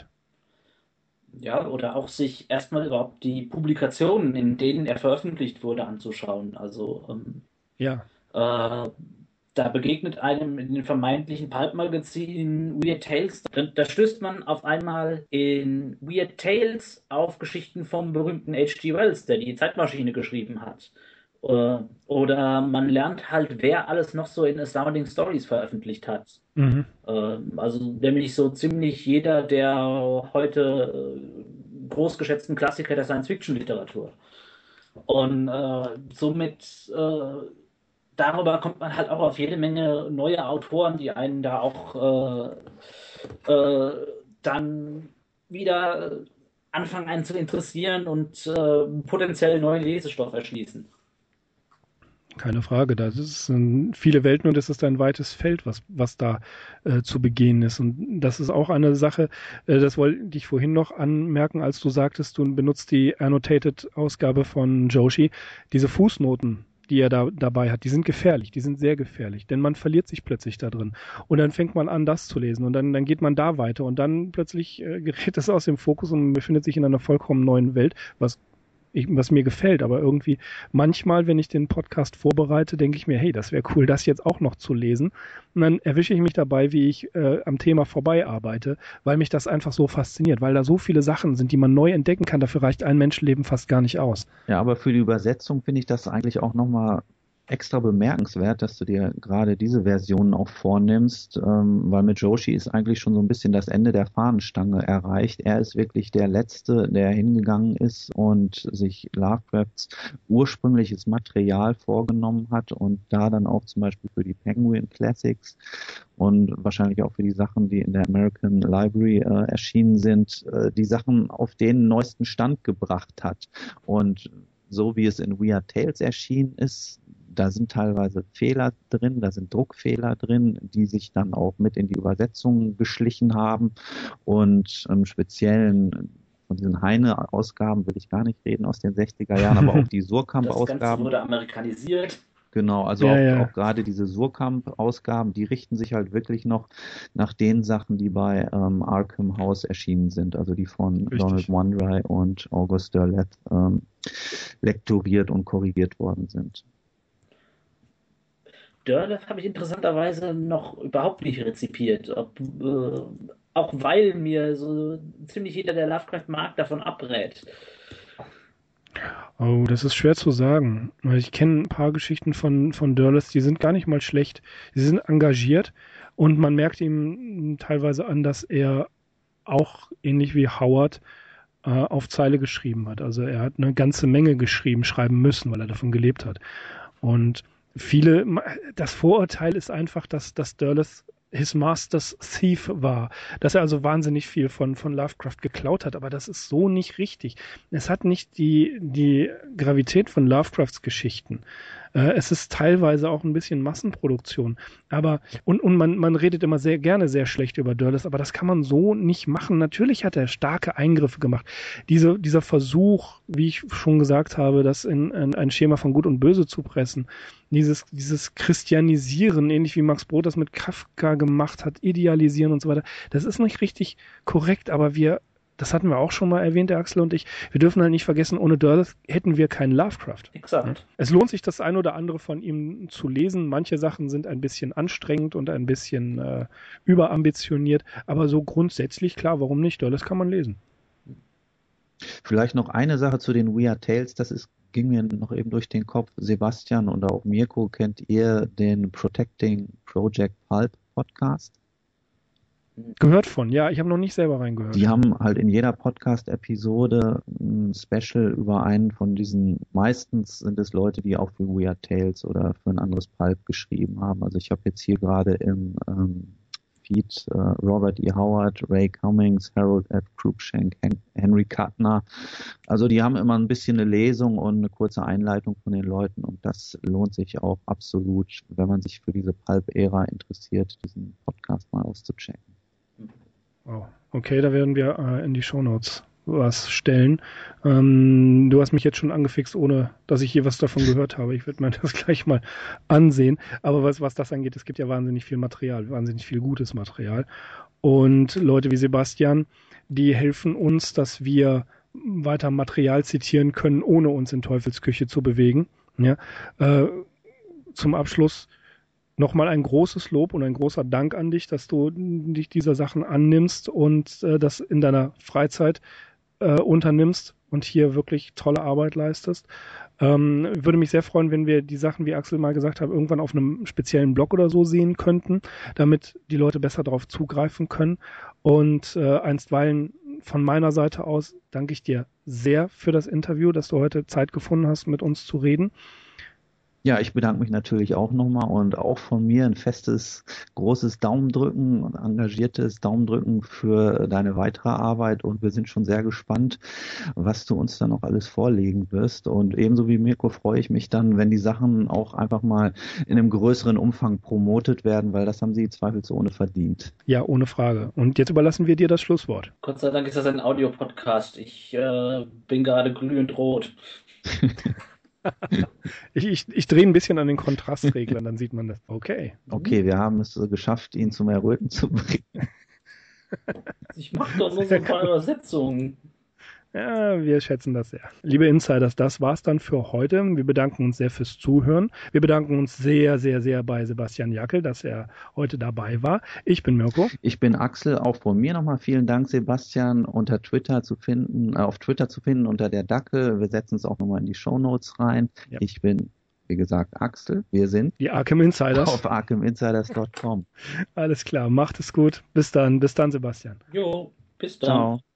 Ja, oder auch sich erstmal überhaupt die Publikationen, in denen er veröffentlicht wurde, anzuschauen. Also ähm, ja. äh, da begegnet einem in den vermeintlichen Pulp-Magazinen Weird Tales. Da, da stößt man auf einmal in Weird Tales auf Geschichten vom berühmten H G Wells, der die Zeitmaschine geschrieben hat. Äh, oder man lernt halt, wer alles noch so in Astounding Stories veröffentlicht hat. Mhm. Äh, also nämlich so ziemlich jeder der heute äh, großgeschätzten Klassiker der Science-Fiction-Literatur. Und äh, somit äh, darüber kommt man halt auch auf jede Menge neue Autoren, die einen da auch äh, äh, dann wieder anfangen, einen zu interessieren und äh, potenziell neuen Lesestoff erschließen. Keine Frage, das sind viele Welten und es ist ein weites Feld, was, was da äh, zu begehen ist. Und das ist auch eine Sache, äh, das wollte ich vorhin noch anmerken, als du sagtest, du benutzt die Annotated-Ausgabe von Joshi. Diese Fußnoten, die er da dabei hat, die sind gefährlich, die sind sehr gefährlich, denn man verliert sich plötzlich da drin. Und dann fängt man an, das zu lesen und dann, dann geht man da weiter und dann plötzlich äh, gerät es aus dem Fokus und man befindet sich in einer vollkommen neuen Welt, was Ich, was mir gefällt, aber irgendwie manchmal, wenn ich den Podcast vorbereite, denke ich mir, hey, das wäre cool, das jetzt auch noch zu lesen. Und dann erwische ich mich dabei, wie ich äh, am Thema vorbei arbeite, weil mich das einfach so fasziniert, weil da so viele Sachen sind, die man neu entdecken kann. Dafür reicht ein Menschenleben fast gar nicht aus. Ja, aber für die Übersetzung finde ich das eigentlich auch nochmal extra bemerkenswert, dass du dir gerade diese Versionen auch vornimmst, ähm, weil mit Joshi ist eigentlich schon so ein bisschen das Ende der Fahnenstange erreicht. Er ist wirklich der Letzte, der hingegangen ist und sich Lovecrafts ursprüngliches Material vorgenommen hat und da dann auch zum Beispiel für die Penguin Classics und wahrscheinlich auch für die Sachen, die in der American Library äh, erschienen sind, äh, die Sachen auf den neuesten Stand gebracht hat. Und so wie es in Weird Tales erschienen ist, da sind teilweise Fehler drin, da sind Druckfehler drin, die sich dann auch mit in die Übersetzung geschlichen haben und im Speziellen von diesen Heine-Ausgaben will ich gar nicht reden aus den sechziger Jahren, aber auch die Surkamp-Ausgaben. Das Ganze wurde amerikanisiert. Genau, also ja, auch, ja. auch gerade diese Surkamp-Ausgaben, die richten sich halt wirklich noch nach den Sachen, die bei ähm, Arkham House erschienen sind, also die von Richtig. Donald Wandrei und August Derleth ähm, lektoriert und korrigiert worden sind. Derleth habe ich interessanterweise noch überhaupt nicht rezipiert. Ob, äh, auch weil mir so ziemlich jeder, der Lovecraft mag, davon abrät. Oh, das ist schwer zu sagen. Ich kenne ein paar Geschichten von, von Derleth, die sind gar nicht mal schlecht. Sie sind engagiert und man merkt ihm teilweise an, dass er auch ähnlich wie Howard äh, auf Zeile geschrieben hat. Also er hat eine ganze Menge geschrieben, schreiben müssen, weil er davon gelebt hat. Und viele, das Vorurteil ist einfach, dass, dass Derleth his master's thief war, dass er also wahnsinnig viel von, von Lovecraft geklaut hat, aber das ist so nicht richtig. Es hat nicht die, die Gravität von Lovecrafts Geschichten. Äh, es ist teilweise auch ein bisschen Massenproduktion, aber und, und man, man redet immer sehr gerne sehr schlecht über Derleth, aber das kann man so nicht machen. Natürlich hat er starke Eingriffe gemacht. Diese, dieser Versuch, wie ich schon gesagt habe, das in, in ein Schema von Gut und Böse zu pressen, dieses, dieses Christianisieren, ähnlich wie Max Brod das mit Kafka gemacht hat, idealisieren und so weiter, das ist nicht richtig korrekt, aber wir, das hatten wir auch schon mal erwähnt, der Axel und ich, wir dürfen halt nicht vergessen, ohne Derleth hätten wir keinen Lovecraft. Exakt. Es lohnt sich, das ein oder andere von ihm zu lesen. Manche Sachen sind ein bisschen anstrengend und ein bisschen äh, überambitioniert, aber so grundsätzlich, klar, warum nicht? Derleth kann man lesen. Vielleicht noch eine Sache zu den Weird Tales, das ist, ging mir noch eben durch den Kopf. Sebastian und auch Mirko, kennt ihr den Protecting Project Pulp Podcast? Gehört von, ja, ich habe noch nicht selber reingehört. Die haben halt in jeder Podcast-Episode ein Special über einen von diesen, meistens sind es Leute, die auch für Weird Tales oder für ein anderes Pulp geschrieben haben. Also ich habe jetzt hier gerade im ähm, Feed äh, Robert E. Howard, Ray Cummings, Harold F. Cruikshank, Hen- Henry Kuttner. Also die haben immer ein bisschen eine Lesung und eine kurze Einleitung von den Leuten und das lohnt sich auch absolut, wenn man sich für diese Pulp-Ära interessiert, diesen Podcast mal auszuchecken. Wow. Okay, da werden wir äh, in die Shownotes was stellen. Ähm, du hast mich jetzt schon angefixt, ohne dass ich je was davon gehört habe. Ich werde mir das gleich mal ansehen. Aber was, was das angeht, es gibt ja wahnsinnig viel Material, wahnsinnig viel gutes Material. Und Leute wie Sebastian, die helfen uns, dass wir weiter Material zitieren können, ohne uns in Teufelsküche zu bewegen. Ja? Äh, zum Abschluss nochmal ein großes Lob und ein großer Dank an dich, dass du dich dieser Sachen annimmst und äh, das in deiner Freizeit äh, unternimmst und hier wirklich tolle Arbeit leistest. Ähm, würde mich sehr freuen, wenn wir die Sachen, wie Axel mal gesagt hat, irgendwann auf einem speziellen Blog oder so sehen könnten, damit die Leute besser darauf zugreifen können. Und äh, einstweilen von meiner Seite aus danke ich dir sehr für das Interview, dass du heute Zeit gefunden hast, mit uns zu reden. Ja, ich bedanke mich natürlich auch nochmal und auch von mir ein festes, großes Daumendrücken und engagiertes Daumendrücken für deine weitere Arbeit und wir sind schon sehr gespannt, was du uns dann noch alles vorlegen wirst und ebenso wie Mirko freue ich mich dann, wenn die Sachen auch einfach mal in einem größeren Umfang promotet werden, weil das haben sie zweifelsohne verdient. Ja, ohne Frage. Und jetzt überlassen wir dir das Schlusswort. Gott sei Dank ist das ein Audiopodcast. Ich äh, bin gerade glühend rot. ich ich, ich drehe ein bisschen an den Kontrastreglern, dann sieht man das. Okay. Okay, wir haben es geschafft, ihn zum Erröten zu bringen. Ich mache doch nur so ein paar Übersetzungen. Ja, wir schätzen das sehr. Liebe Insiders, das war's dann für heute. Wir bedanken uns sehr fürs Zuhören. Wir bedanken uns sehr, sehr, sehr bei Sebastian Jackel, dass er heute dabei war. Ich bin Mirko. Ich bin Axel. Auch von mir nochmal vielen Dank, Sebastian, unter Twitter zu finden, äh, auf Twitter zu finden unter der Dackel. Wir setzen es auch nochmal in die Shownotes rein. Ja. Ich bin wie gesagt, Axel. Wir sind Die Arkham Insiders. auf arkham insiders punkt com. Alles klar, macht es gut. Bis dann, bis dann, Sebastian. Jo, bis dann. Ciao.